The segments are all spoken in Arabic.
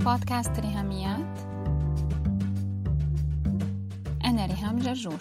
بودكاست ريهاميات. أنا ريهام جرجور.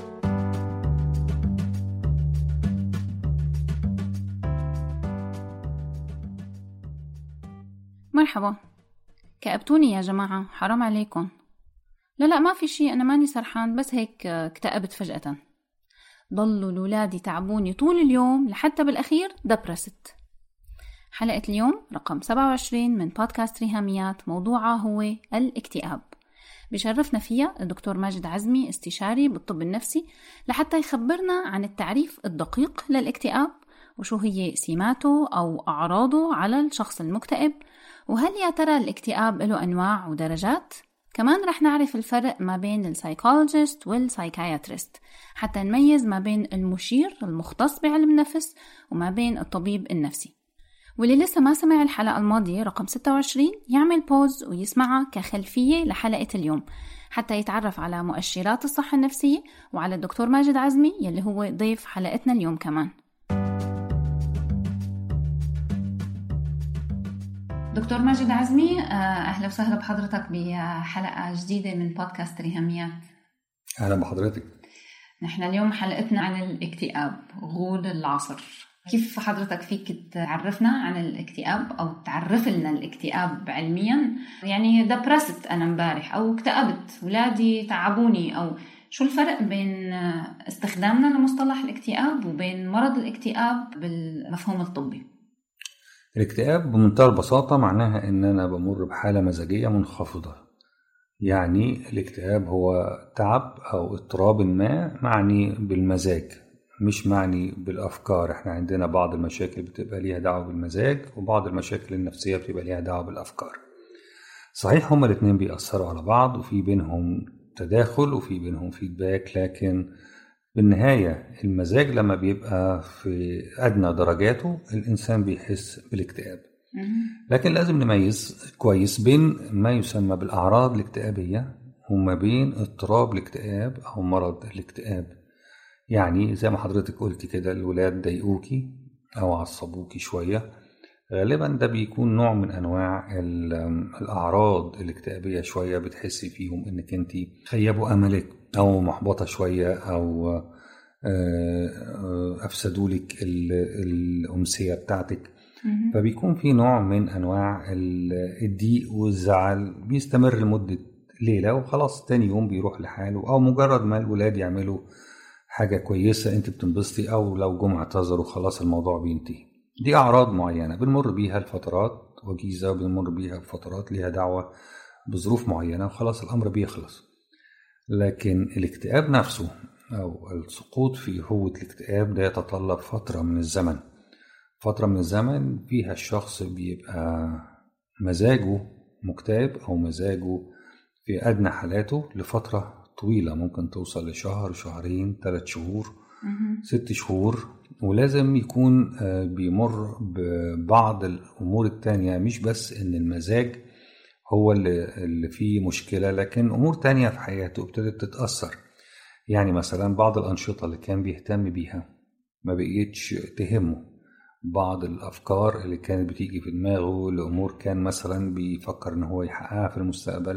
مرحبا. كأبتوني يا جماعة، حرام عليكم. لا ما في شيء، أنا ماني سرحان، بس هيك اكتئبت فجأة. ضلوا الولادي تعبوني طول اليوم لحتى بالأخير دبرست. حلقة اليوم رقم 27 من بودكاست ريهاميات، موضوعها هو الاكتئاب. بيشرفنا فيها الدكتور ماجد عزمي، استشاري بالطب النفسي، لحتى يخبرنا عن التعريف الدقيق للاكتئاب، وشو هي سماته أو أعراضه على الشخص المكتئب، وهل يا ترى الاكتئاب له أنواع ودرجات؟ كمان رح نعرف الفرق ما بين السايكولوجيست والسايكاياتريست، حتى نميز ما بين المشير المختص بعلم النفس وما بين الطبيب النفسي. واللي لسه ما سمع الحلقة الماضية رقم 26 يعمل بوز ويسمعها كخلفية لحلقة اليوم، حتى يتعرف على مؤشرات الصحة النفسية وعلى الدكتور ماجد عزمي يلي هو ضيف حلقتنا اليوم كمان. دكتور ماجد عزمي، أهلا وسهلا بحضرتك بحلقة جديدة من بودكاست ريهاميات. أهلا بحضرتك. نحن اليوم حلقتنا عن الاكتئاب، غول العصر. كيف حضرتك فيك تعرفنا عن الاكتئاب أو تعرف لنا الاكتئاب علميا؟ يعني دبرست أنا مبارح أو اكتئبت، ولادي تعبوني، أو شو الفرق بين استخدامنا لمصطلح الاكتئاب وبين مرض الاكتئاب بالمفهوم الطبي؟ الاكتئاب بمنتهى البساطة معناها إن أنا بمر بحالة مزاجية منخفضة. يعني الاكتئاب هو تعب أو اضطراب ما معني بالمزاج، مش معني بالأفكار. احنا عندنا بعض المشاكل بتبقى ليها دعوة بالمزاج، وبعض المشاكل النفسية بتبقى ليها دعوة بالأفكار. صحيح هما الاثنين بيأثروا على بعض، وفي بينهم تداخل وفي بينهم فيدباك، لكن بالنهاية المزاج لما بيبقى في أدنى درجاته الإنسان بيحس بالاكتئاب. لكن لازم نميز كويس بين ما يسمى بالأعراض الاكتئابية وما بين اضطراب الاكتئاب أو مرض الاكتئاب. يعني زي ما حضرتك قلتي كده، الولاد ضايقوكي أو عصبوكي شوية، غالبا ده بيكون نوع من أنواع الأعراض الاكتئابية. شوية بتحسي فيهم إنك انتي خيبوا أملك أو محبطة شوية، أو أفسدولك الأمسية بتاعتك. فبيكون في نوع من أنواع الضيق والزعل بيستمر لمدة ليلة وخلاص تاني يوم بيروح لحاله، أو مجرد ما الولاد يعملوا حاجة كويسة انت بتنبسطي، أو لو جم اعتذروا خلاص الموضوع بينتهي. دي أعراض معينة بنمر بيها الفترات وجيزة، بنمر بيها بفترات ليها دعوة بظروف معينة وخلاص الأمر بيخلص. لكن الاكتئاب نفسه أو السقوط في هوة الاكتئاب ده يتطلب فترة من الزمن. فترة من الزمن فيها الشخص بيبقى مزاجه مكتئب أو مزاجه في أدنى حالاته لفترة طويلة، ممكن توصل لشهر، شهرين، 3 شهور، 6 شهور. ولازم يكون بيمر ببعض الأمور التانية، مش بس إن المزاج هو اللي فيه مشكلة، لكن أمور تانية في حياته ابتدت تتأثر. يعني مثلا بعض الأنشطة اللي كان بيهتم بيها ما بقيتش تهمه، بعض الأفكار اللي كانت بتيجي في دماغه لأمور كان مثلا بيفكر إن هو يحققها في المستقبل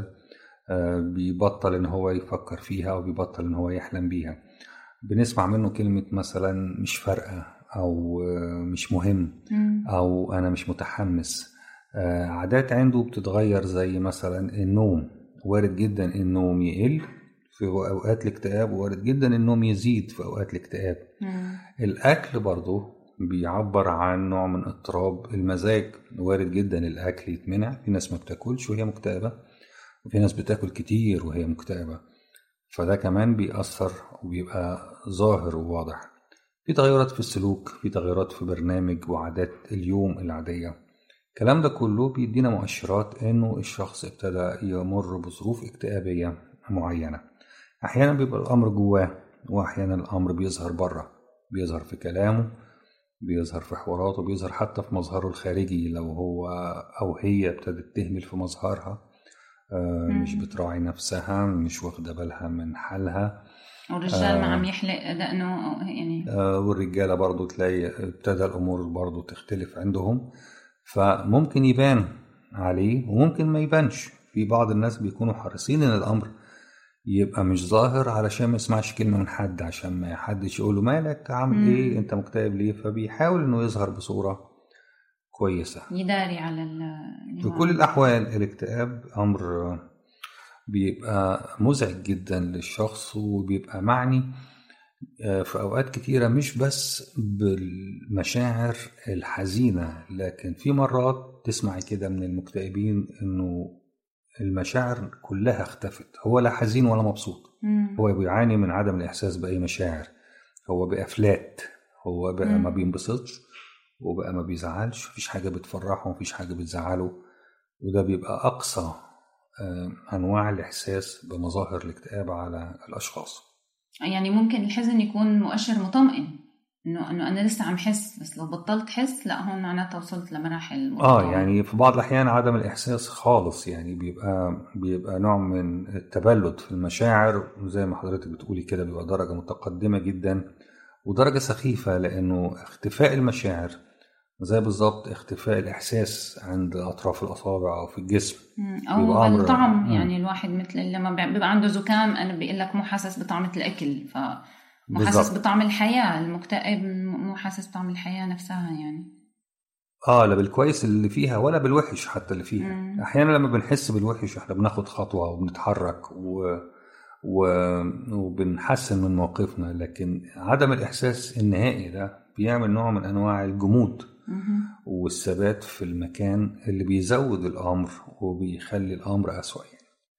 بيبطل إن هو يفكر فيها، أو بيبطل إن هو يحلم بيها. بنسمع منه كلمة مثلا مش فارقة، أو مش مهم، أو أنا مش متحمس. عادات عنده بتتغير، زي مثلا النوم. وارد جدا النوم يقل في أوقات الاكتئاب، وارد جدا النوم يزيد في أوقات الاكتئاب. الأكل برضو بيعبر عن نوع من اضطراب المزاج. وارد جدا الأكل يتمنع، في ناس ما بتاكلش وهي مكتئبة، وفي ناس بتاكل كتير وهي مكتئبة، فده كمان بيأثر وبيبقى ظاهر وواضح. في تغيرات في السلوك، في تغيرات في برنامج وعادات اليوم العادية. الكلام ده كله بيدينا مؤشرات انه الشخص ابتدى يمر بظروف اكتئابية معينة. احيانا بيبقى الامر جواه، واحيانا الامر بيظهر بره، بيظهر في كلامه، بيظهر في حواراته، بيظهر حتى في مظهره الخارجي. لو هو او هي ابتدت تهمل في مظهرها، مش بتراعي نفسها، مش واخدة بالها من حالها. والرجال ما عم يحلق دقنه يعني. والرجالة برضو تلاقي ابتدى الأمور برضو تختلف عندهم. فممكن يبان عليه وممكن ما يبانش. في بعض الناس بيكونوا حريصين ان الامر يبقى مش ظاهر علشان ما يسمعش كلمة من حد، عشان ما حدش يقوله مالك عامل ايه، انت مكتئب ليه، فبيحاول انه يظهر بصورة كويسة يداري على في كل الأحوال. الاكتئاب أمر بيبقى مزعج جدا للشخص، وبيبقى معني في أوقات كتيرة مش بس بالمشاعر الحزينة، لكن في مرات تسمعي كده من المكتئبين إنه المشاعر كلها اختفت، هو لا حزين ولا مبسوط. هو بيعاني من عدم الإحساس بأي مشاعر، هو بقى فلات، هو بقى ما بينبسطش وبقى ما بيزعلش، مفيش حاجة بتفرحه ومفيش حاجة بتزعله. وده بيبقى أقصى أنواع الإحساس بمظاهر الاكتئاب على الأشخاص. يعني ممكن الحزن يكون مؤشر مطمئن إنه أنا لسه عم حس، بس لو بطلت حس لا، هون معناتها وصلت لمراحل متطورة. يعني في بعض الأحيان عدم الإحساس خالص يعني بيبقى نوع من التبلد في المشاعر، وزي ما حضرتك بتقولي كده بيبقى درجة متقدمة جدا ودرجة سخيفة، لأنه اختفاء المشاعر زي بالضبط اختفاء الإحساس عند أطراف الأصابع أو في الجسم أو الطعم. يعني الواحد مثل لما بيبقى عنده زكام أنا بيقول لك مو حاسس بطعم الأكل، فمو حاسس بطعم الحياة. المكتئب مو حاسس بطعم الحياة نفسها يعني. لا بالكويس اللي فيها ولا بالوحش حتى اللي فيها. أحيانا لما بنحس بالوحش احنا بناخد خطوة وبنتحرك وبنحسن من موقفنا، لكن عدم الإحساس النهائي ده بيعمل نوع من أنواع الجمود والثبات في المكان اللي بيزود الأمر وبيخلي الأمر أسوأ يعني.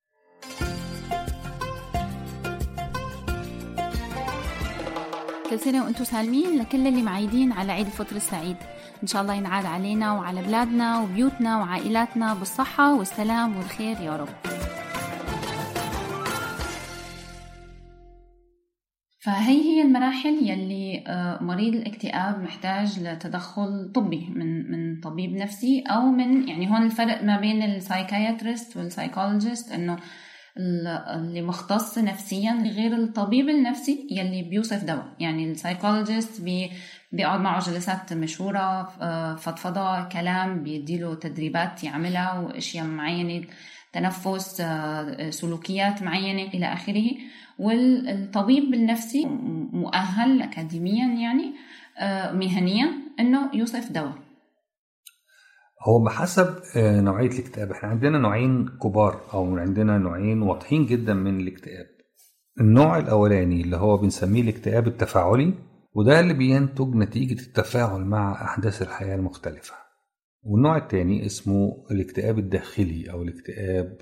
كل سنة وأنتم سالمين. لكل اللي معيدين على عيد الفطر السعيد، إن شاء الله ينعاد علينا وعلى بلادنا وبيوتنا وعائلاتنا بالصحة والسلام والخير يا رب. فهي المراحل يلي مريض الاكتئاب محتاج لتدخل طبي من طبيب نفسي، أو من يعني هون الفرق ما بين السايكاياتريست والسايكولوجيست، إنه اللي مختص نفسيا غير الطبيب النفسي يلي بيوصف دواء. يعني السايكولوجيست بيقعد معه جلسات مشهورة، فضفضة، كلام، بيديله تدريبات يعملها واشياء معينة، تنفس، سلوكيات معينة إلى آخره. والطبيب النفسي مؤهل أكاديميا يعني مهنيا إنه يوصف دواء. هو بحسب نوعية الاكتئاب. احنا عندنا نوعين كبار أو عندنا نوعين واضحين جدا من الاكتئاب. النوع الأولاني اللي هو بنسميه الاكتئاب التفاعلي، وده اللي بينتج نتيجة التفاعل مع أحداث الحياة المختلفة. والنوع الثاني اسمه الاكتئاب الداخلي أو الاكتئاب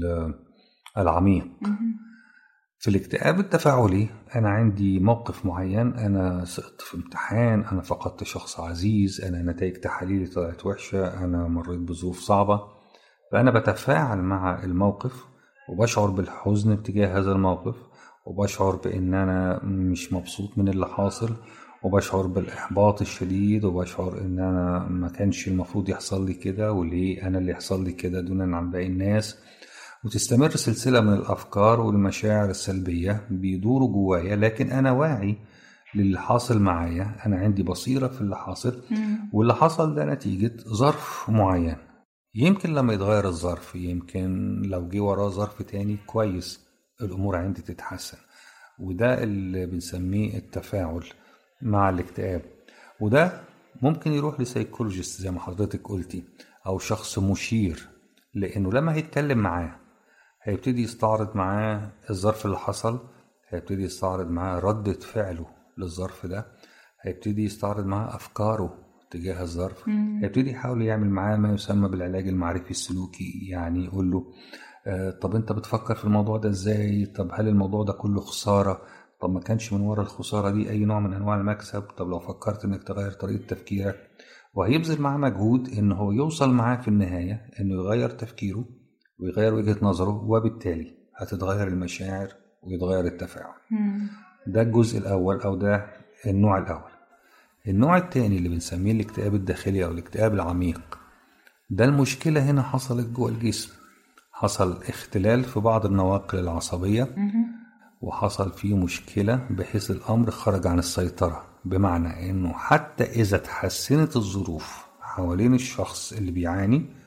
العميق. في الاكتئاب التفاعلي أنا عندي موقف معين، أنا سقطت في امتحان، أنا فقدت شخص عزيز، أنا نتائج تحاليلي طلعت وحشة، أنا مريت بظروف صعبة، فأنا بتفاعل مع الموقف وبشعر بالحزن تجاه هذا الموقف، وبشعر بأن أنا مش مبسوط من اللي حاصل، وبشعر بالإحباط الشديد، وبشعر أن أنا ما كانش المفروض يحصل لي كده، وليه أنا اللي يحصل لي كده دونا عن باقي الناس. وتستمر سلسلة من الأفكار والمشاعر السلبية بيدوروا جوايا، لكن أنا واعي للي حاصل معايا، أنا عندي بصيرة في اللي حاصل، واللي حصل ده نتيجة ظرف معين. يمكن لما يتغير الظرف، يمكن لو جه وراه ظرف تاني كويس، الأمور عندي تتحسن. وده اللي بنسميه التفاعل مع الاكتئاب. وده ممكن يروح لسايكولوجيست زي ما حضرتك قلتي، أو شخص مشير، لأنه لما هيتكلم معاه هيبتدي يستعرض معاه الظرف اللي حصل، هيبتدي يستعرض معاه ردة فعله للظرف ده، هيبتدي يستعرض معاه أفكاره تجاه الظرف، هيبتدي يحاول يعمل معاه ما يسمى بالعلاج المعرفي السلوكي. يعني يقول له طب أنت بتفكر في الموضوع ده إزاي؟ طب هل الموضوع ده كله خسارة؟ طب ما كانش من وراء الخسارة دي أي نوع من أنواع المكسب؟ طب لو فكرت إنك تغير طريقة تفكيرك. وهيبذل معاه مجهود إنه يوصل معاه في النهاية إنه يغير تفكيره ويغير وجهة نظره، وبالتالي هتتغير المشاعر ويتغير التفاعل. ده الجزء الأول أو ده النوع الأول. النوع الثاني اللي بنسميه الاكتئاب الداخلي أو الاكتئاب العميق، ده المشكلة هنا حصلت جوه الجسم، حصل اختلال في بعض النواقل العصبية، وحصل فيه مشكلة بحيث الأمر خرج عن السيطرة. بمعنى أنه حتى إذا تحسنت الظروف حوالين الشخص اللي بيعاني،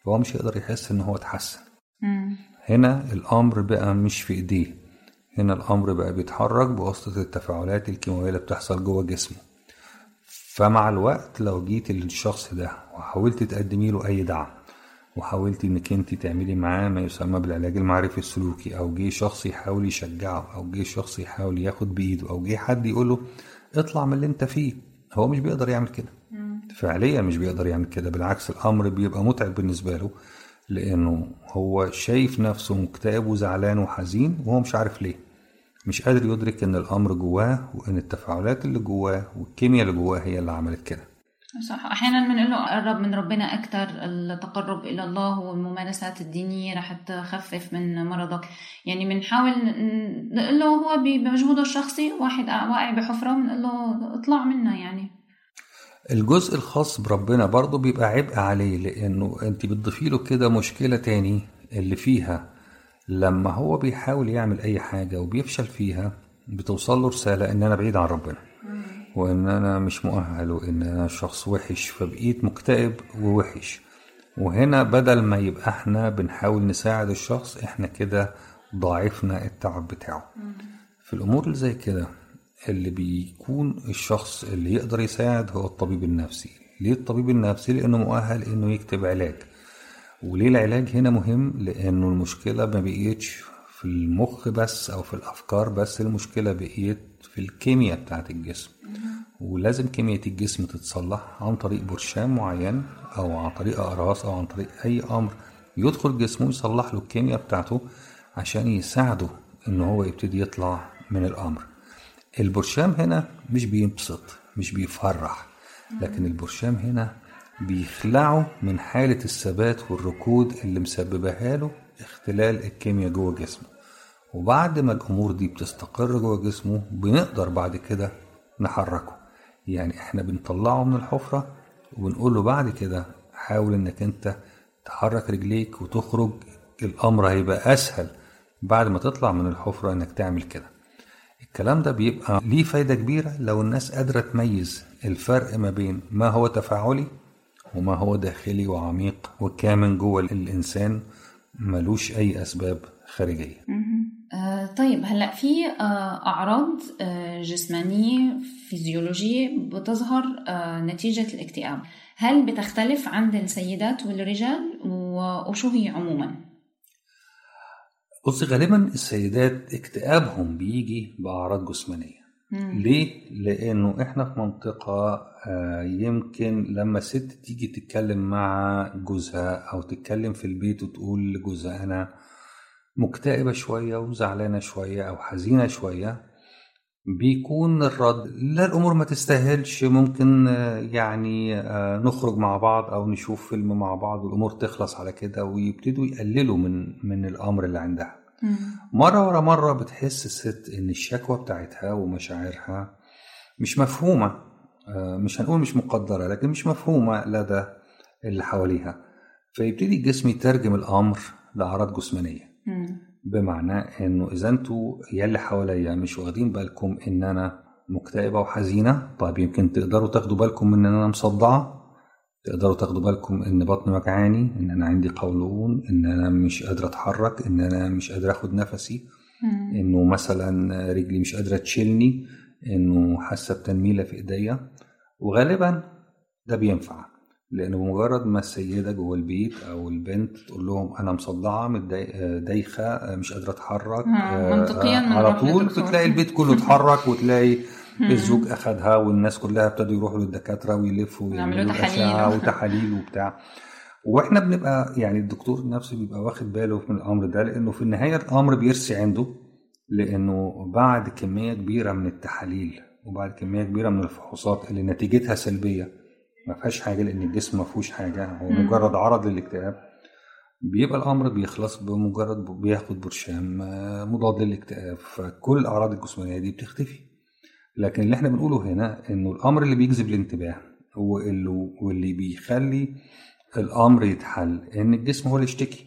فهو مش هيقدر يحس ان هو اتحسن. هنا الامر بقى مش في ايديه، هنا الامر بقى بيتحرك بواسطة التفاعلات الكيماوية اللي بتحصل جوه جسمه. فمع الوقت لو جيت للشخص ده وحاولت تقدمي له اي دعم، وحاولت انك انت تعملي معاه ما يسمى بالعلاج المعرفي السلوكي، او جه شخص يحاول يشجعه، او جه شخص يحاول ياخد بايده، او جه حد يقوله اطلع من اللي انت فيه، هو مش بيقدر يعمل كده. فعليا مش بيقدر يعمل كده، بالعكس الامر بيبقى متعب بالنسبة له، لانه هو شايف نفسه مكتئب وزعلان وحزين وهو مش عارف ليه، مش قادر يدرك ان الامر جواه، وان التفاعلات اللي جواه والكيمياء اللي جواه هي اللي عملت كده. صح. احيانا بنقول له قرب من ربنا اكثر، التقرب الى الله والممارسات الدينيه رح تخفف من مرضك. يعني بنحاول نقول له هو بمجهوده الشخصي واحد واقع بحفره، بنقول له اطلع منها. يعني الجزء الخاص بربنا برضو بيبقى عبء عليه، لانه انت بتضيفي له كده مشكله تاني اللي فيها لما هو بيحاول يعمل اي حاجه وبيفشل فيها، بتوصل له رساله ان انا بعيد عن ربنا، وان انا مش مؤهل، وان انا شخص وحش، فبقيت مكتئب ووحش. وهنا بدل ما يبقى احنا بنحاول نساعد الشخص، احنا كده ضاعفنا التعب بتاعه. في الامور اللي زي كده اللي بيكون الشخص اللي يقدر يساعد هو الطبيب النفسي. ليه الطبيب النفسي؟ لانه مؤهل انه يكتب علاج. وليه العلاج هنا مهم؟ لانه المشكلة ما بقيتش في المخ بس او في الافكار بس، المشكلة بقيت في الكيمياء بتاعت الجسم. ولازم كيمياء الجسم تتصلح عن طريق برشام معين، او عن طريق اقراص، او عن طريق اي امر يدخل جسمه يصلح له الكيمياء بتاعته عشان يساعده ان هو يبتدي يطلع من الامر. البرشام هنا مش بيبسط، مش بيفرح، لكن البرشام هنا بيخلعه من حالة الثبات والركود اللي مسببها له اختلال الكيمياء جوه جسمه. وبعد ما الأمور دي بتستقر جوه جسمه، بنقدر بعد كده نحركه. يعني احنا بنطلعه من الحفرة وبنقول له بعد كده حاول انك انت تحرك رجليك وتخرج. الأمر هيبقى أسهل بعد ما تطلع من الحفرة انك تعمل كده. الكلام ده بيبقى ليه فايدة كبيرة لو الناس قادرة تميز الفرق ما بين ما هو تفاعلي وما هو داخلي وعميق وكامن جوه الإنسان ملوش أي أسباب خارجية. طيب، هلأ في أعراض جسمانية فيزيولوجية بتظهر نتيجة الاكتئاب. هل بتختلف عند السيدات والرجال وشو هي عموما؟ بص، غالبا السيدات اكتئابهم بيجي بأعراض جسمانية. ليه؟ لأنه احنا في منطقة يمكن لما الست تيجي تتكلم مع جوزها أو تتكلم في البيت وتقول لجوزها أنا مكتئبة شوية وزعلانة شوية أو حزينة شوية، بيكون الرد لا الأمور ما تستاهلش، ممكن يعني نخرج مع بعض أو نشوف فيلم مع بعض والأمور تخلص على كده، ويبتدوا يقللوا من الأمر اللي عندها. مرة ورا مرة بتحس الست إن الشكوى بتاعتها ومشاعرها مش مفهومة، مش هنقول مش مقدرة، لكن مش مفهومة لدى اللي حواليها. فيبتدي الجسم يترجم الأمر لأعراض جسمانية. بمعنى إنه إذا أنتوا يلي حواليا مش واخدين بالكم إن أنا مكتئبة وحزينة، طيب يمكن تقدروا تاخدوا بالكم إن أنا مصدعة، تقدروا تاخدوا بالكم إن بطني وجعاني، إن أنا عندي قولون، إن أنا مش قادرة أتحرك، إن أنا مش قادرة أخد نفسي، إنه مثلا رجلي مش قادرة تشيلني، إنه حاسة بتنميلة في إيديا. وغالبا ده بينفع، لأنه بمجرد ما السيدة جوه البيت أو البنت تقول لهم أنا مصدعة دايخة مش قادرة أتحرك، منطقيا على طول بتلاقي البيت كله اتحرك، وتلاقي الزوج أخدها والناس كلها ابتدوا يروحوا للدكاترة ويلفوا ويعملوا أشعة وتحاليل وبتاع. وإحنا بنبقى يعني الدكتور نفسه بيبقى واخد باله من الأمر ده، لأنه في النهاية الأمر بيرسي عنده، لأنه بعد كمية كبيرة من التحاليل وبعد كمية كبيرة من الفحوصات اللي نتيجتها سلبية، ما فيهاش حاجة لأن الجسم ما فيهوش حاجة، هو مجرد عرض للاكتئاب، بيبقى الأمر بيخلص بمجرد بياخد برشام مضاد للاكتئاب، فكل الأعراض الجسمانية دي بتختفي. لكن اللي احنا بنقوله هنا إنه الأمر اللي بيجذب الانتباه واللي بيخلي الأمر يتحل إن الجسم هو اللي يشتكي،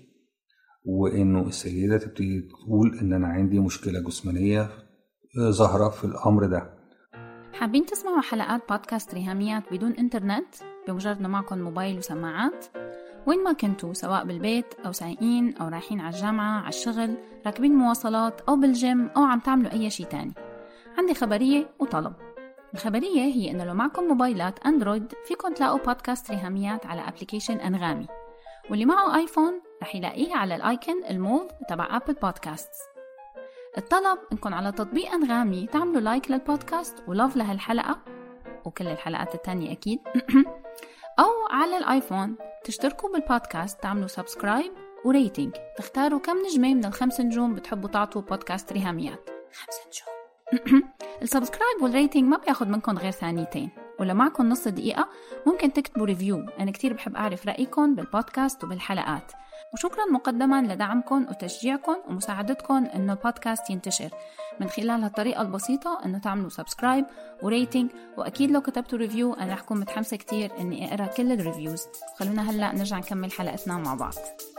وإنه السيدة تبتدي تقول إن أنا عندي مشكلة جسمانية ظاهرة في الأمر ده. حابين تسمعوا حلقات بودكاست ريهاميات بدون إنترنت بمجرد ما معكم موبايل وسماعات؟ وين ما كنتوا، سواء بالبيت أو سايقين أو رايحين على الجامعة، على الشغل، راكبين مواصلات أو بالجيم أو عم تعملوا أي شيء تاني. عندي خبرية وطلب. الخبرية هي إنه لو معكم موبايلات أندرويد فيكم تلاقوا بودكاست ريهاميات على أبليكيشن أنغامي، واللي معه آيفون رح يلاقيه على الآيكون الموف تبع أبل بودكاست. الطلب إنكم على تطبيق أنغامي تعملوا لايك للبودكاست ولوف لهالحلقة وكل الحلقات التانية أكيد أو على الآيفون تشتركوا بالبودكاست، تعملوا سبسكرايب وريتينج، تختاروا كم نجمة من ال5 نجوم بتحبوا تعطوا بودكاست ريهاميات. 5 نجوم. السبسكرايب والريتينج ما بياخد منكم غير ثانيتين، ولو معكم نص دقيقة ممكن تكتبوا ريفيو. أنا كتير بحب أعرف رأيكم بالبودكاست وبالحلقات، وشكرا مقدما لدعمكم وتشجيعكم ومساعدتكم إنه البودكاست ينتشر من خلال هالطريقة البسيطة إنه تعملوا سبسكرايب وريتينج. وأكيد لو كتبتوا ريفيو أنا رح أكون متحمسة كتير إني أقرأ كل الريفيوز. خلونا هلأ نرجع نكمل حلقتنا مع بعض.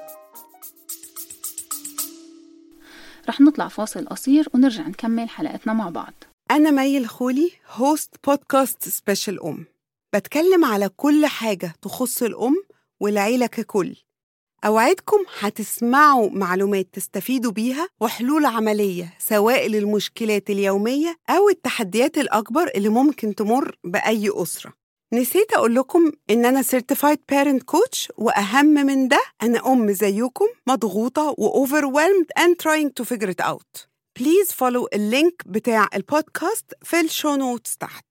رح نطلع فاصل قصير ونرجع نكمل حلقتنا مع بعض. أنا مي الخولي، هوست بودكاست سبيشال بتكلم على كل حاجة تخص الأم والعيلة ككل. أوعدكم هتسمعوا معلومات تستفيدوا بيها وحلول عملية، سواء للمشكلات اليومية أو التحديات الأكبر اللي ممكن تمر بأي أسرة. نسيت أقول لكم إن أنا Certified Parent Coach، وأهم من ده أنا أم زيكم مضغوطة overwhelmed and trying to figure it out. Please follow اللينك بتاع البودكاست في الشو نوتس تحت.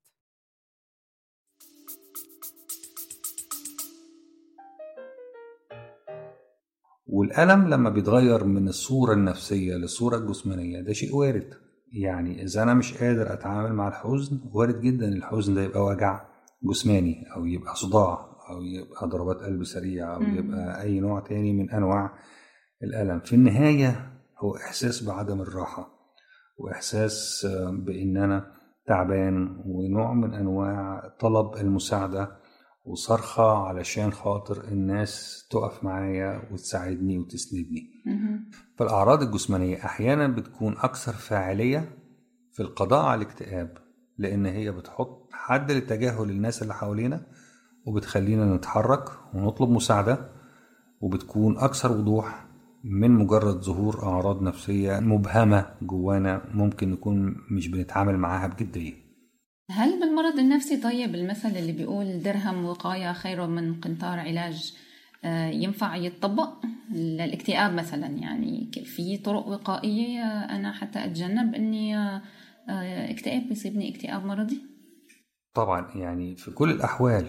والألم لما بيتغير من الصورة النفسية للصورة الجسمانية ده شيء وارد. يعني إذا أنا مش قادر أتعامل مع الحزن، وارد جدا الحزن ده يبقى وجع جسماني، أو يبقى صداع، أو يبقى ضربات قلب سريعة، أو يبقى أي نوع تاني من أنواع الألم. في النهاية هو إحساس بعدم الراحة، وإحساس بإن أنا تعبان، ونوع من أنواع طلب المساعدة وصرخة علشان خاطر الناس تقف معايا وتساعدني وتسندني. فالأعراض الجسمانية أحيانا بتكون أكثر فاعلية في القضاء على الاكتئاب، لأن هي بتحط حد للتجاهل للناس اللي حوالينا، وبتخلينا نتحرك ونطلب مساعدة، وبتكون أكثر وضوح من مجرد ظهور أعراض نفسية مبهمة جوانا ممكن نكون مش بنتعامل معاها بجدية. هل بالمرض النفسي طيب المثل اللي بيقول درهم وقاية خير من قنطار علاج ينفع يتطبق للاكتئاب مثلا؟ يعني في طرق وقائية أنا حتى أتجنب أني اكتئاب يصيبني اكتئاب مرضي؟ طبعا، يعني في كل الأحوال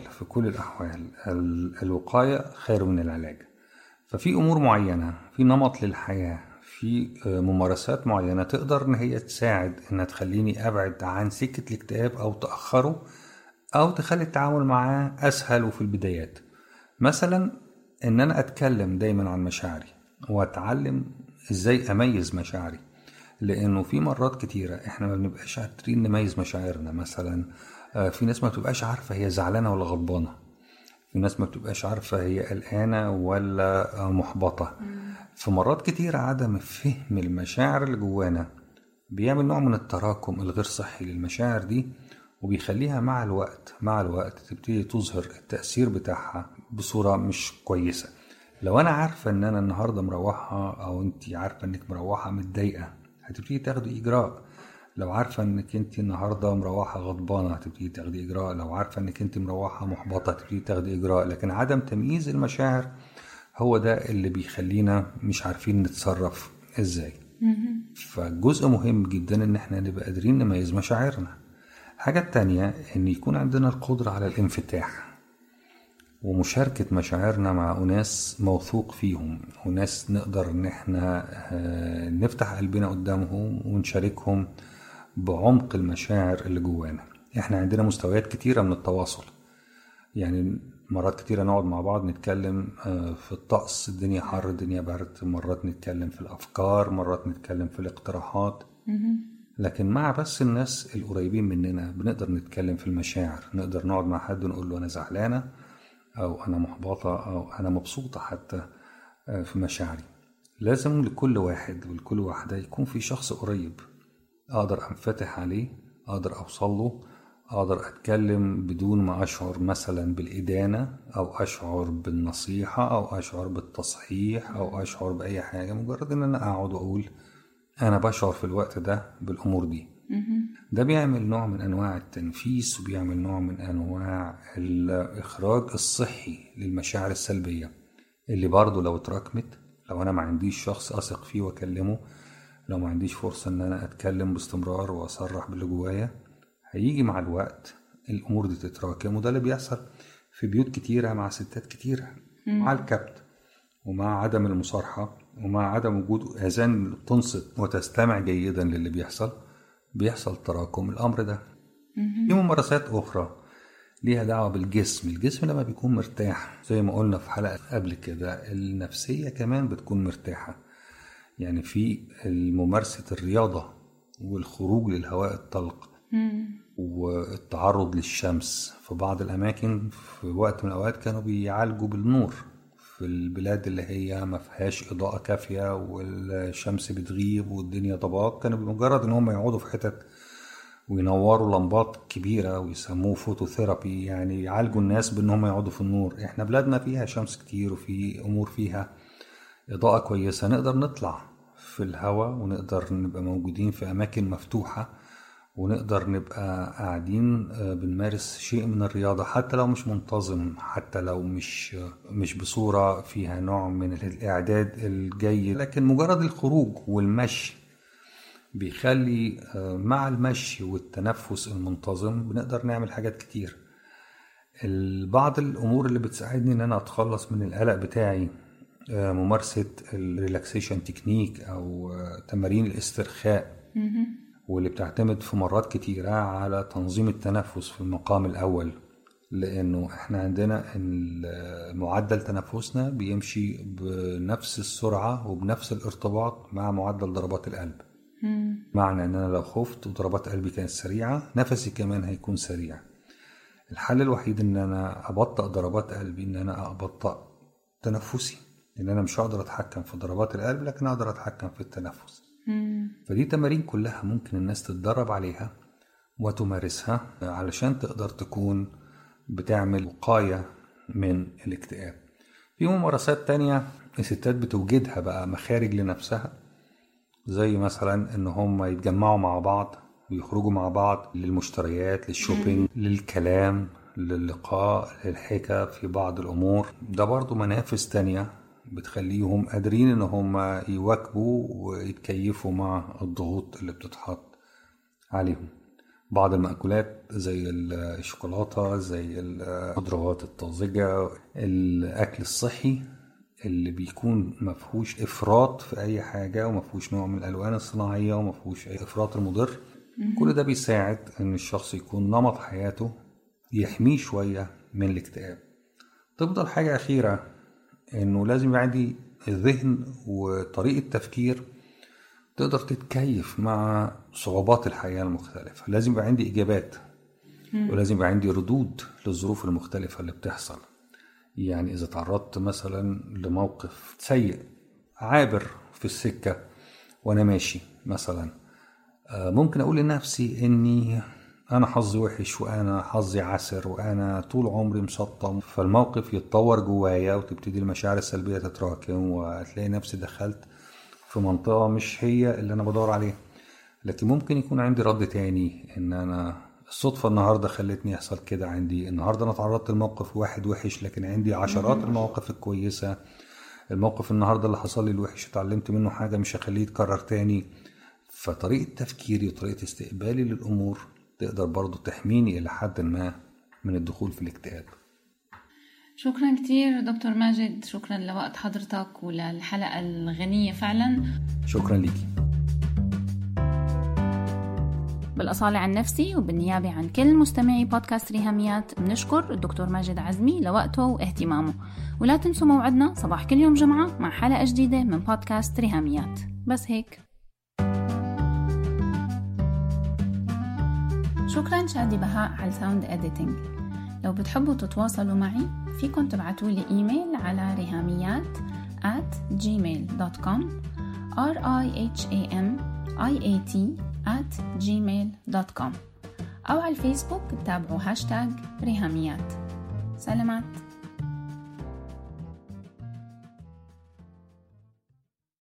الوقاية خير من العلاج. ففي أمور معينة، في نمط للحياة، في ممارسات معينة تقدر ان هي تساعد انها تخليني ابعد عن سكة الاكتئاب او تأخره، او تخلي التعامل معاه اسهل وفي البدايات. مثلا ان انا اتكلم دايما عن مشاعري، واتعلم ازاي اميز مشاعري، لانه في مرات كتيرة احنا ما بنبقاش قادرين نميز مشاعرنا. مثلا في ناس ما بتبقاش عارفة هي زعلانة ولا غضبانة، في ناس ما بتبقاش عارفة هي قلقانة ولا محبطة. في مرات كتير عدم فهم المشاعر اللي جوانا بيعمل نوع من التراكم الغير صحي للمشاعر دي، وبيخليها مع الوقت تبتدي تظهر التأثير بتاعها بصورة مش كويسة. لو أنا عارفة أن أنا النهاردة مروحة، أو أنت عارفة أنك مروحة متضايقة، هتبتدي تاخدي إجراء. لو عارفة أنك أنت النهاردة مروحة غضبانة هتبتدي تاخدي إجراء. لو عارفة أنك أنت مروحة محبطة هتبتدي تاخدي إجراء. لكن عدم تمييز المشاعر هو ده اللي بيخلينا مش عارفين نتصرف إزاي. فجزء مهم جدا إن احنا نبقى قادرين نميز مشاعرنا. حاجة تانية إن يكون عندنا القدرة على الانفتاح ومشاركة مشاعرنا مع أناس موثوق فيهم، وناس نقدر إن احنا نفتح قلبنا قدامهم ونشاركهم بعمق المشاعر اللي جوانا. احنا عندنا مستويات كتيرة من التواصل. يعني مرات كتيرة نقعد مع بعض نتكلم في الطقس، الدنيا حر الدنيا برد، مرات نتكلم في الأفكار، مرات نتكلم في الاقتراحات. لكن مع بس الناس القريبين مننا بنقدر نتكلم في المشاعر. نقدر نقعد مع حد ونقول له أنا زعلانة، أو أنا محبطة، أو أنا مبسوطة حتى في مشاعري. لازم لكل واحد ولكل واحدة يكون في شخص قريب أقدر أنفتح عليه، أقدر أوصل له، أقدر أتكلم بدون ما أشعر مثلا بالإدانة أو أشعر بالنصيحة أو أشعر بالتصحيح أو أشعر بأي حاجة، مجرد أن أنا أقعد وأقول أنا بشعر في الوقت ده بالأمور دي. ده بيعمل نوع من أنواع التنفيس، وبيعمل نوع من أنواع الإخراج الصحي للمشاعر السلبية اللي برضو لو اتراكمت، لو أنا ما عنديش شخص أثق فيه وأكلمه، لو ما عنديش فرصة أن أنا أتكلم باستمرار وأصرح باللي جوايا، هيجي مع الوقت الأمور دي تتراكم. وده اللي بيحصل في بيوت كتيرة مع ستات كتيرة، مع الكبت ومع عدم المصارحة ومع عدم وجود أذان تنصت وتستمع جيدا للي بيحصل تراكم الأمر ده. في ممارسات أخرى ليها دعوة بالجسم. الجسم لما بيكون مرتاح زي ما قلنا في حلقة قبل كده، النفسية كمان بتكون مرتاحة. يعني في ممارسة الرياضة والخروج للهواء الطلق والتعرض للشمس. في بعض الأماكن في وقت من الأوقات كانوا بيعالجوا بالنور في البلاد اللي هي ما فيهاش إضاءة كافية والشمس بتغيب والدنيا ضباب، كانوا بمجرد ان هم يقعدوا في حتت وينوروا لمبات كبيرة ويسموه فوتوثيرابي، يعني يعالجوا الناس بانهم يقعدوا في النور. احنا بلادنا فيها شمس كتير وفي امور فيها إضاءة كويسة، نقدر نطلع في الهواء ونقدر نبقى موجودين في أماكن مفتوحة ونقدر نبقى قاعدين بنمارس شيء من الرياضة، حتى لو مش منتظم، حتى لو مش بصورة فيها نوع من الإعداد الجيد، لكن مجرد الخروج والمشي بيخلي مع المشي والتنفس المنتظم بنقدر نعمل حاجات كتير. بعض الأمور اللي بتساعدني إن أنا أتخلص من القلق بتاعي ممارسة الريلاكسيشن تكنيك أو تمارين الاسترخاء، واللي بتعتمد في مرات كتيرة على تنظيم التنفس في المقام الأول، لأنه احنا عندنا معدل تنفسنا بيمشي بنفس السرعة وبنفس الارتباط مع معدل ضربات القلب. معنى أن أنا لو خفت وضربات قلبي كانت سريعة، نفسي كمان هيكون سريع. الحل الوحيد أن أنا أبطأ ضربات قلبي أن أنا أبطأ تنفسي، لأن أنا مش هقدر أتحكم في ضربات القلب لكن أقدر أتحكم في التنفس. فدي تمارين كلها ممكن الناس تتدرب عليها وتمارسها علشان تقدر تكون بتعمل وقاية من الاكتئاب. في ممارسات تانية الستات بتوجدها بقى مخارج لنفسها، زي مثلا ان هم يتجمعوا مع بعض ويخرجوا مع بعض للمشتريات، للشوبينج، للكلام، للقاء، للحكا في بعض الامور. ده برضو منافس تانية بتخليهم قادرين ان هم يواكبوا ويتكيفوا مع الضغوط اللي بتتحط عليهم. بعض المأكولات زي الشوكولاتة، زي الخضروات الطازجة، الأكل الصحي اللي بيكون مفهوش إفراط في أي حاجة ومفهوش نوع من الألوان الصناعية ومفهوش أي إفراط المضر، كل ده بيساعد أن الشخص يكون نمط حياته يحميه شوية من الاكتئاب. تفضل حاجة أخيرة أنه لازم يبقى عندي ذهن وطريقة تفكير تقدر تتكيف مع صعوبات الحياة المختلفة. لازم يبقى عندي إجابات ولازم يبقى عندي ردود للظروف المختلفة اللي بتحصل. يعني إذا تعرضت مثلا لموقف سيء عابر في السكة وأنا ماشي مثلا، ممكن أقول لنفسي إني أنا حظي وحش وأنا حظي عسر وأنا طول عمري مسطم، فالموقف يتطور جوايا وتبتدي المشاعر السلبية تتراكم وهتلاقي نفسي دخلت في منطقة مش هي اللي أنا بدور عليها. لكن ممكن يكون عندي رد تاني، إن أنا الصدفة النهاردة خلتني يحصل كده، عندي النهاردة أنا تعرضت لموقف واحد وحش لكن عندي عشرات المواقف الكويسة. الموقف النهاردة اللي حصل لي الوحش اتعلمت منه حاجة مش هخليه يتكرر تاني. فطريقة تفكيري وطريقة استقبالي للأمور تقدر برضو تحميني إلى حد ما من الدخول في الاكتئاب. شكرا كتير دكتور ماجد، شكرا لوقت حضرتك وللحلقة الغنية فعلا. شكرا ليكي. بالأصالة عن نفسي وبالنيابة عن كل مستمعي بودكاست ريهاميات بنشكر الدكتور ماجد عزمي لوقته واهتمامه، ولا تنسوا موعدنا صباح كل يوم جمعة مع حلقة جديدة من بودكاست ريهاميات. بس هيك. شكرا شادي بهاء على الساوند اديتنج. لو بتحبوا تتواصلوا معي فيكن تبعتولي ايميل على rihamiyat@gmail.com rihamiyat@gmail.com أو على الفيسبوك تتابعوا هاشتاج ريهاميات. سلامات.